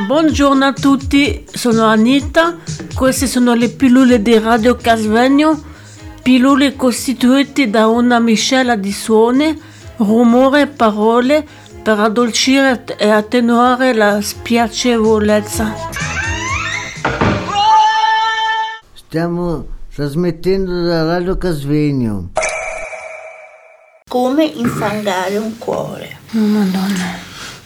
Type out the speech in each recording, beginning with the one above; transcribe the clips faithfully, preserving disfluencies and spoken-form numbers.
Buongiorno a tutti, sono Anita, queste sono le pillole di Radio Casvegno, pillole costituite da una miscela di suoni, rumore e parole per addolcire e attenuare la spiacevolezza. Stiamo trasmettendo da Radio Casvegno. Come infangare un cuore. Oh, Madonna.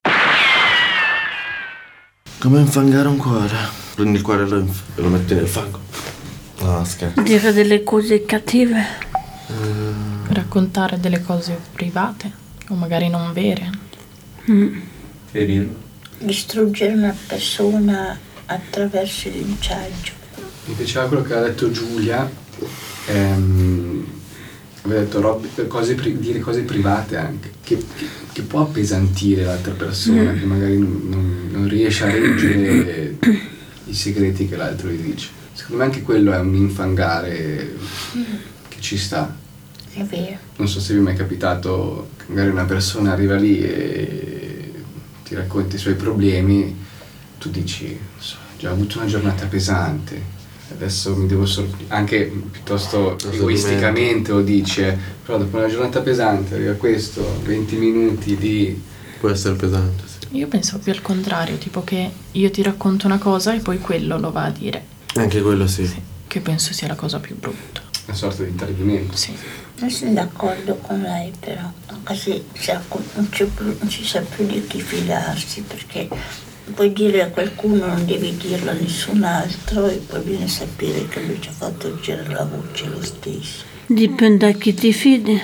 Come infangare un cuore? Prendi il cuore e lo, inf- e lo metti nel fango. No, scherzo. Dire delle cose cattive. Uh... Raccontare delle cose private o magari non vere. Mm. Ferirlo. Distruggere una persona attraverso il linciaggio. Mi piaceva quello che ha detto Giulia. Ehm, aveva detto rob- cose pri- dire cose private anche, che, che, che può appesantire l'altra persona, mm. che magari non, non, non riesce a reggere i segreti che l'altro gli dice. Secondo me anche quello è un infangare mm. che ci sta. È vero. Non so se vi è mai capitato che magari una persona arriva lì e ti racconta i suoi problemi, tu dici, so, ho già avuto una giornata pesante, adesso mi devo sor- anche piuttosto egoisticamente lo dice, però dopo una giornata pesante arriva questo, venti minuti di... Può essere pesante, sì. Io penso più al contrario, tipo che io ti racconto una cosa e poi quello lo va a dire. Anche quello sì. Sì, che penso sia la cosa più brutta. Una sorta di tradimento. Sì. Non sono d'accordo con lei, però così non, c'è più, non ci sa più di chi fidarsi, perché puoi dire a qualcuno, non devi dirlo a nessun altro, e poi viene a sapere che lui ci ha fatto girare la voce lo stesso. Dipende da chi ti fidi.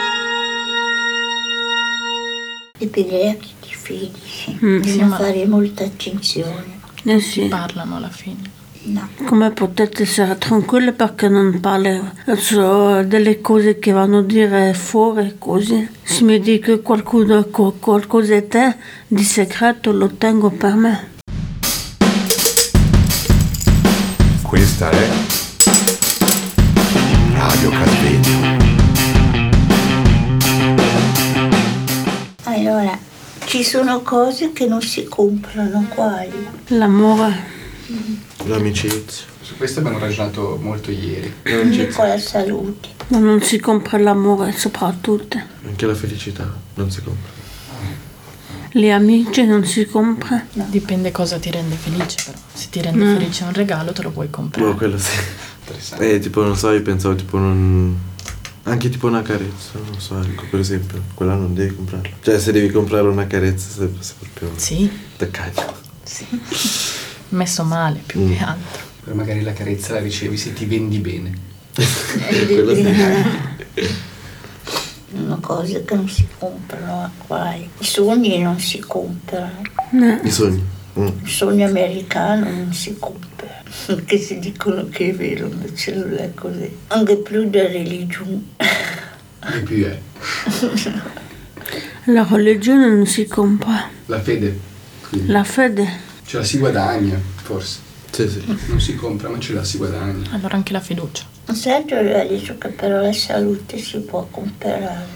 Dipende da chi ti fidi, sì. Mm. Bisogna Sì, ma... fare molta attenzione. Eh sì. Parlano alla fine. No. Come potete essere tranquilli perché non parlo so, delle cose che vanno a dire fuori così. Se mi dice qualcuno qualcosa di te di segreto lo tengo per me. Questa è Radio Casvegno. Allora, ci sono cose che non si comprano, quali? L'amore. L'amicizia. Su questo abbiamo ragionato molto ieri. Dico la salute. Ma non si compra l'amore soprattutto. Anche la felicità non si compra. Gli amici non si compra. No. Dipende cosa ti rende felice, però. Se ti rende Mm. felice un regalo te lo puoi comprare. Oh, quello sì. Interessante. Eh, tipo, non so, io pensavo tipo non... Anche tipo una carezza, non so, ecco, per esempio. Quella non devi comprarla. Cioè, se devi comprare una carezza, sei, sei proprio... Sì. Da cagno. Sì. Messo male, più Mm. che altro. Però magari la carezza la ricevi se ti vendi bene. Quello sì. Sono cose che non si comprano, quali? I sogni non si comprano. No. I sogni. Mm. Il sogno americano non si compra, perché si dicono che è vero, invece non è così. Anche più da religione. E più è. La religione non si compra. La fede. Quindi. La fede. Ce la si guadagna, forse. Sì, sì. Non si compra, ma ce la si guadagna. Allora anche la fiducia. Sergio aveva detto che però la salute si può comprare.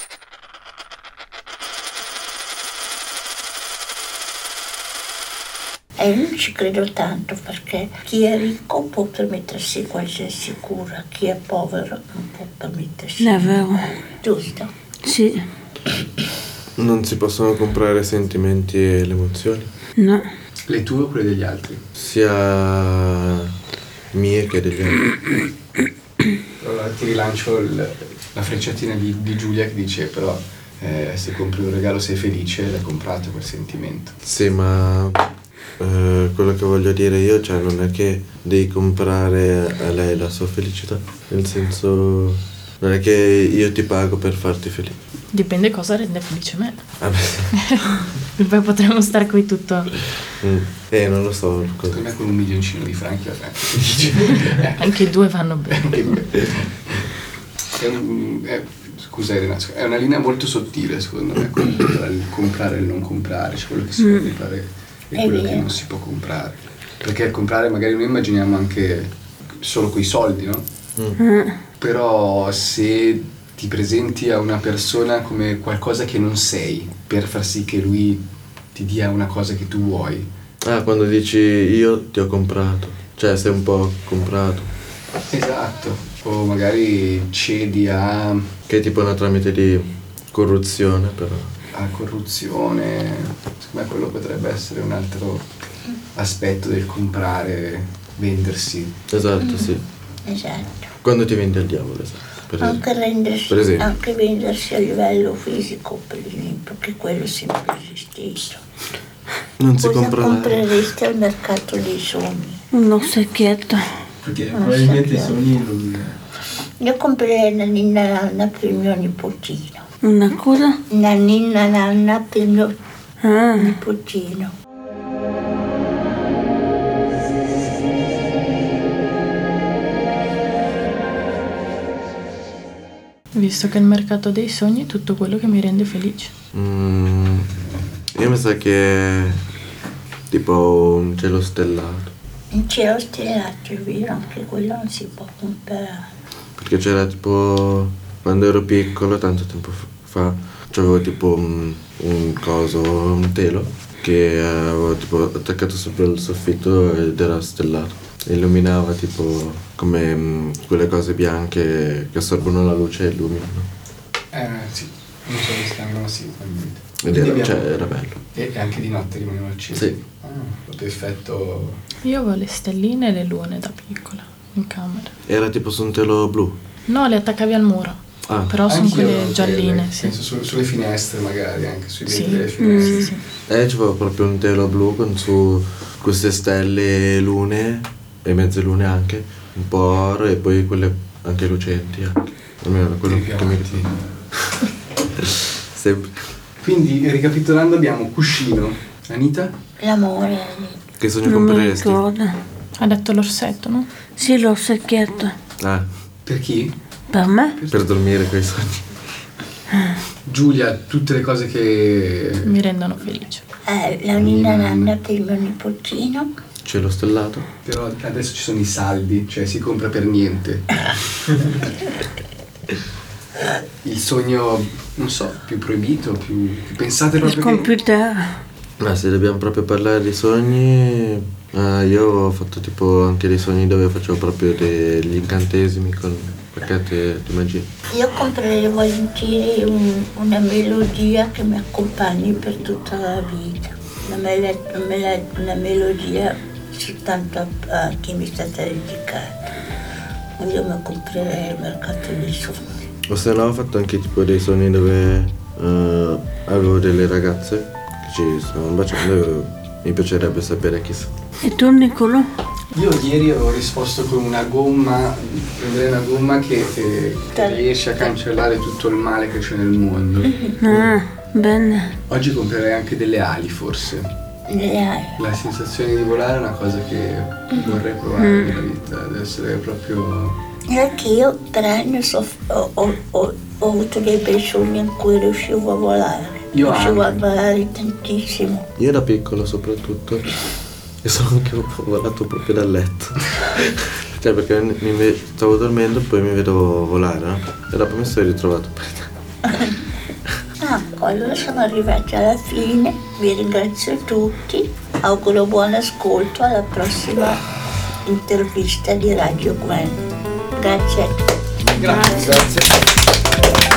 E io non ci credo tanto, perché chi è ricco può permettersi qualsiasi cura, chi è povero non può permettersi. È vero. Giusto? Sì. Non si possono comprare sentimenti e le emozioni. No. Le tue o quelle degli altri? Sia mie che degli altri. Allora ti rilancio il, la frecciatina di, di Giulia che dice però eh, se compri un regalo sei felice, l'hai comprato quel sentimento. Sì, ma eh, quello che voglio dire io, cioè non è che devi comprare a lei la sua felicità. Nel senso, non è che io ti pago per farti felice. Dipende cosa rende felice me. Vabbè. E poi potremmo stare qui tutto. Mm. Eh, non lo so. Cosa. Per me con un milioncino di franchi va bene. Anche i due vanno bene. È un, è, scusa Renato, è una linea molto sottile secondo me, tra il comprare e il non comprare, cioè quello che si può comprare e quello che non si può comprare. Perché il comprare magari noi immaginiamo anche solo coi soldi, no? Mm. Però se ti presenti a una persona come qualcosa che non sei per far sì che lui ti dia una cosa che tu vuoi, Ah, quando dici io ti ho comprato, cioè sei un po' comprato. Esatto, o magari cedi a, Che è tipo una tramite di corruzione, però. a corruzione, secondo me quello potrebbe essere un altro aspetto del comprare, vendersi. Esatto, sì. Esatto. Quando ti vendi al diavolo, esatto. Per Anche, rendersi, per esempio. anche vendersi a livello fisico, per esempio, che quello è sempre esistito. Non si Cosa compra la... compreresti al mercato dei sogni? Un ossecchietto. Perché Non probabilmente i sappiamo. sogni non... Io comprerei una ninna nanna per il mio nipotino. Una cosa? Una ninna nanna per il mio Ah, nipotino. Visto che il mercato dei sogni è tutto quello che mi rende felice. Mm, io mi sa che tipo un cielo stellato. Un cielo stellato, è vero, anche quello non si può comprare. Perché c'era tipo quando ero piccolo, tanto tempo fa, c'avevo tipo un, un coso, un telo che avevo tipo attaccato sopra il soffitto ed era stellato. Illuminava tipo come mm, quelle cose bianche che assorbono la luce e illuminano. Eh sì, non so come si chiamano, sì, probabilmente. Ed Quindi era, abbiamo- cioè, era bello. E e anche di notte rimaneva acceso? Sì. Ah, proprio effetto... Io avevo le stelline e le lune da piccola in camera. Era tipo su un telo blu. No, le attaccavi al muro. Ah, Però sono Anch'io quelle avevo gialline, quelle, sì. penso su- sulle finestre magari, anche sui Sì. vetri delle Mm, finestre. sì, sì. eh, c'avevo proprio un telo blu con su queste stelle e lune e mezze lune anche, un po' oro e poi quelle anche lucenti anche. Almeno quello Più che mi avanti. ricordo. Sempre. Quindi, ricapitolando, abbiamo cuscino, Anita, L'amore. Che sogno non mi compreresti? ricordo. Ha detto l'orsetto, no? Sì, l'ossecchietto. Ah, per chi? Per me? per dormire quei sogni. Giulia, tutte le cose che... Mi rendono felice. Eh, la ninna nanna per il mio nipotino. Cielo stellato. Però adesso ci sono i saldi, cioè si compra per niente. Il sogno, non so, più proibito, più... più pensate Il proprio che... computer. Ma se dobbiamo proprio parlare di sogni, eh, io ho fatto tipo anche dei sogni dove facevo proprio degli incantesimi con bacchette di magia. Io comprerei volentieri un- una melodia che mi accompagni per tutta la vita. Una, mele- una mele- una melodia soltanto a, a chi mi è stata dedicata. Io mi comprerei il mercato dei sogni. O se no ho fatto anche tipo dei sogni dove eh, avevo delle ragazze che ci stavano baciando e mi piacerebbe sapere chi sono. E tu, Niccolò? Io ieri avevo risposto con una gomma, prenderei una gomma che, che, che riesce a cancellare tutto il male che c'è nel mondo. Ah, bene. Oggi comprerei anche delle ali forse. Le hai. La sensazione di volare è una cosa che vorrei provare nella vita, deve essere proprio... E anche io per anni so- ho, ho- ho- ho avuto dei bei sogni in cui riuscivo a volare. Io riuscivo anche. a volare tantissimo. Io da piccolo soprattutto e sono anche volato proprio dal letto. Cioè perché mi ve- stavo dormendo e poi mi vedo volare, no? E dopo mi sono ritrovato Ah, allora siamo arrivati alla fine, vi ringrazio tutti, auguro buon ascolto alla prossima intervista di Radio Gwen. Grazie. Grazie. Grazie.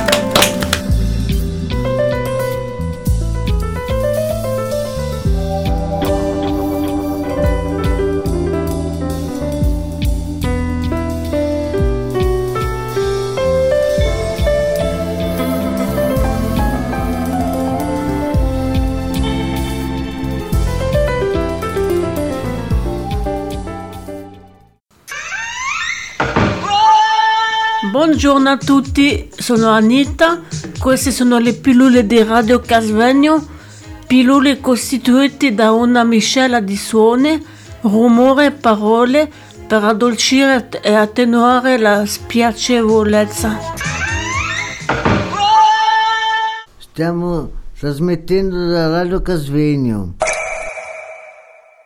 Buongiorno a tutti, sono Anita, queste sono le pillole di Radio Casvegno, pillole costituite da una miscela di suoni, rumore e parole per addolcire e attenuare la spiacevolezza. Stiamo trasmettendo da Radio Casvegno.